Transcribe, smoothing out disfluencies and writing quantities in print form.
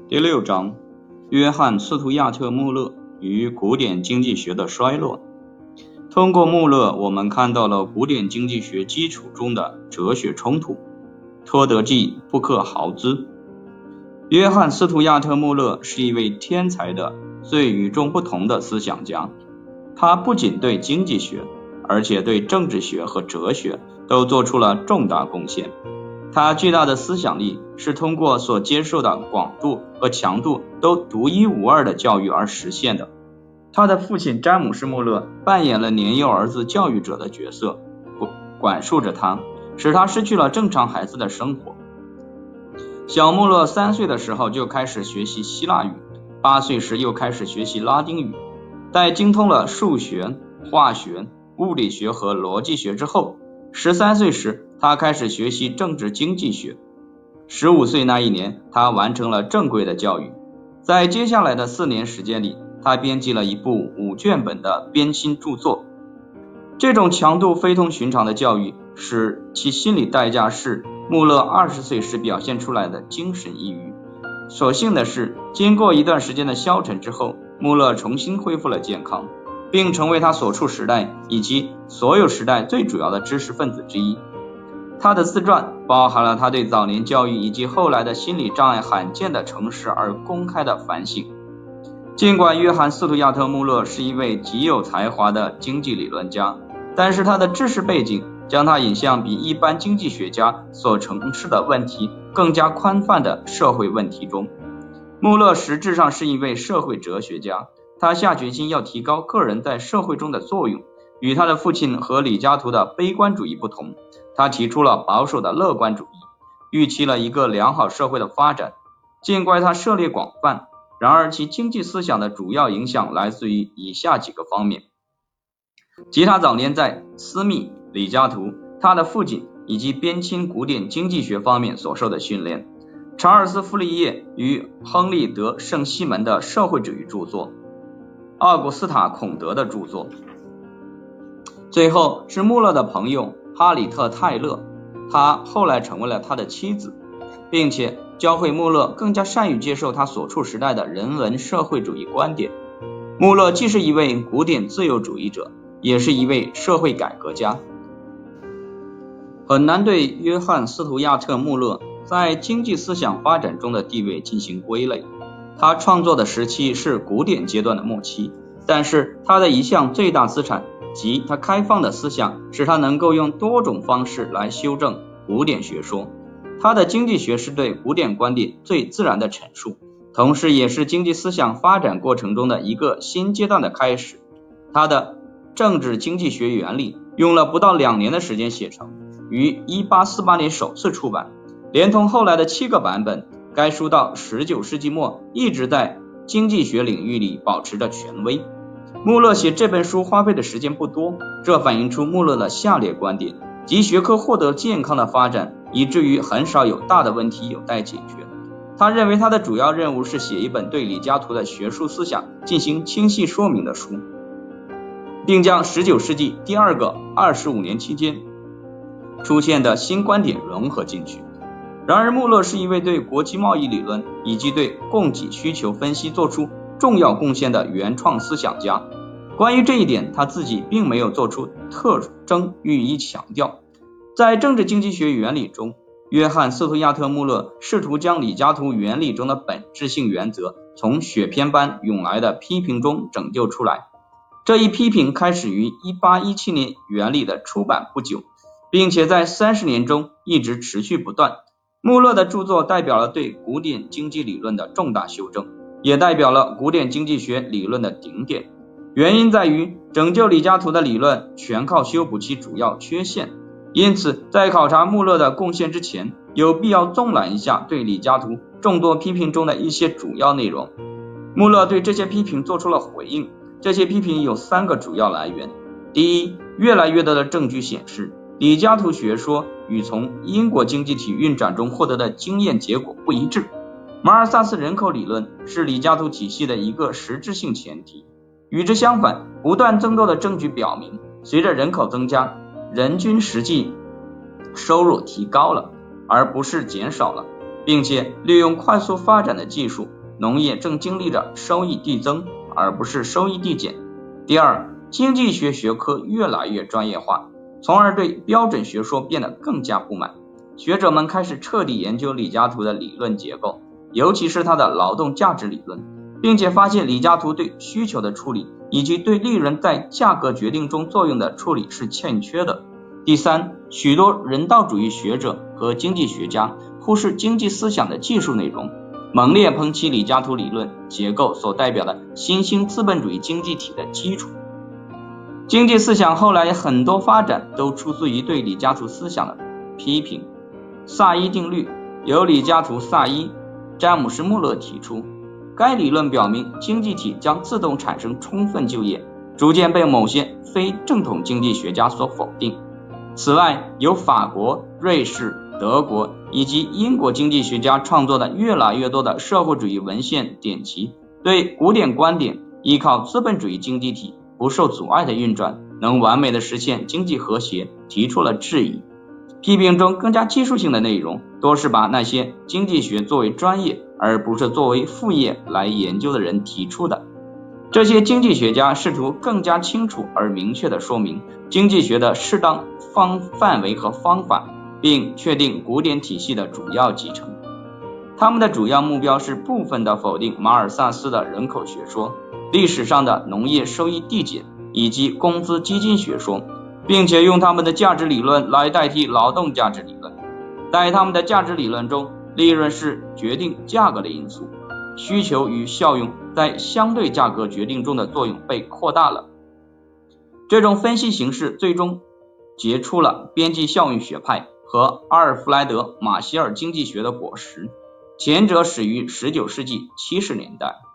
第6章，约翰·斯图亚特·穆勒与古典经济学的衰落。通过穆勒，我们看到了古典经济学基础中的哲学冲突。托德季·布克豪兹。约翰·斯图亚特·穆勒是一位天才的、最与众不同的思想家。他不仅对经济学，而且对政治学和哲学都做出了重大贡献。他巨大的思想力是通过所接受的广度和强度都独一无二的教育而实现的。他的父亲詹姆斯·穆勒扮演了年幼儿子教育者的角色，管束着他，使他失去了正常孩子的生活。小穆勒3岁的时候就开始学习希腊语，8岁时又开始学习拉丁语。在精通了数学、化学、物理学和逻辑学之后，13岁时他开始学习政治经济学。15岁那一年，他完成了正规的教育。在接下来的4年时间里，他编辑了一部5卷本的编新著作。这种强度非同寻常的教育使其心理代价是穆勒20岁时表现出来的精神抑郁。所幸的是，经过一段时间的消沉之后，穆勒重新恢复了健康，并成为他所处时代以及所有时代最主要的知识分子之一。他的自传包含了他对早年教育以及后来的心理障碍罕见的诚实而公开的反省。尽管约翰·斯图亚特·穆勒是一位极有才华的经济理论家，但是他的知识背景将他引向比一般经济学家所从事的问题更加宽泛的社会问题中。穆勒实质上是一位社会哲学家，他下决心要提高个人在社会中的作用。与他的父亲和李嘉图的悲观主义不同，他提出了保守的乐观主义，预期了一个良好社会的发展。尽管他涉猎广泛，然而其经济思想的主要影响来自于以下几个方面，即他早年在斯密、李嘉图、他的父亲以及边沁古典经济学方面所受的训练，查尔斯·傅立叶与亨利·德·圣西门的社会主义著作，奥古斯塔·孔德的著作。最后是穆勒的朋友哈里特·泰勒，他后来成为了他的妻子，并且教会穆勒更加善于接受他所处时代的人文社会主义观点。穆勒既是一位古典自由主义者，也是一位社会改革家。很难对约翰·斯图亚特·穆勒在经济思想发展中的地位进行归类。他创作的时期是古典阶段的末期，但是他的一项最大资产即他开放的思想使他能够用多种方式来修正古典学说。他的经济学是对古典观点最自然的陈述，同时也是经济思想发展过程中的一个新阶段的开始。他的政治经济学原理用了不到2年的时间写成，于1848年首次出版，连同后来的7个版本。该书到19世纪末一直在经济学领域里保持着权威。穆勒写这本书花费的时间不多，这反映出穆勒的下列观点，即学科获得健康的发展，以至于很少有大的问题有待解决。他认为他的主要任务是写一本对李嘉图的学术思想进行清晰说明的书，并将19世纪第2个25年期间出现的新观点融合进去。然而穆勒是一位对国际贸易理论以及对供给需求分析做出重要贡献的原创思想家。关于这一点，他自己并没有做出特征予以强调。在政治经济学原理中，约翰·斯图亚特·穆勒试图将李嘉图原理中的本质性原则从雪片般涌来的批评中拯救出来。这一批评开始于1817年原理的出版不久，并且在30年中一直持续不断。穆勒的著作代表了对古典经济理论的重大修正，也代表了古典经济学理论的顶点。原因在于拯救李嘉图的理论全靠修补其主要缺陷，因此在考察穆勒的贡献之前，有必要纵览一下对李嘉图众多批评中的一些主要内容。穆勒对这些批评做出了回应，这些批评有3个主要来源。第一，越来越多的证据显示李嘉图学说与从英国经济体运转中获得的经验结果不一致。马尔萨斯人口理论是李嘉图体系的一个实质性前提。与之相反，不断增多的证据表明，随着人口增加，人均实际收入提高了，而不是减少了。 并且利用快速发展的技术，农业正经历着收益递增，而不是收益递减。第二，经济学学科越来越专业化，从而对标准学说变得更加不满。学者们开始彻底研究李嘉图的理论结构，尤其是他的劳动价值理论，并且发现李嘉图对需求的处理以及对利润在价格决定中作用的处理是欠缺的。第三，许多人道主义学者和经济学家忽视经济思想的技术内容，猛烈抨击李嘉图理论结构所代表的新兴资本主义经济体的基础。经济思想后来很多发展都出自于对李嘉图思想的批评。萨伊定律由李嘉图、萨伊、詹姆斯·穆勒提出，该理论表明经济体将自动产生充分就业，逐渐被某些非正统经济学家所否定。此外，由法国、瑞士、德国以及英国经济学家创作的越来越多的社会主义文献典籍，对古典观点依靠资本主义经济体不受阻碍的运转，能完美的实现经济和谐提出了质疑。批评中更加技术性的内容，多是把那些经济学作为专业而不是作为副业来研究的人提出的。这些经济学家试图更加清楚而明确地说明经济学的适当范围和方法，并确定古典体系的主要继承。他们的主要目标是部分地否定马尔萨斯的人口学说、历史上的农业收益递减以及工资基金学说，并且用他们的价值理论来代替劳动价值理论。在他们的价值理论中，利润是决定价格的因素，需求与效用在相对价格决定中的作用被扩大了。这种分析形式最终结出了边际效应学派和阿尔弗莱德·马歇尔经济学的果实，前者始于19世纪70年代。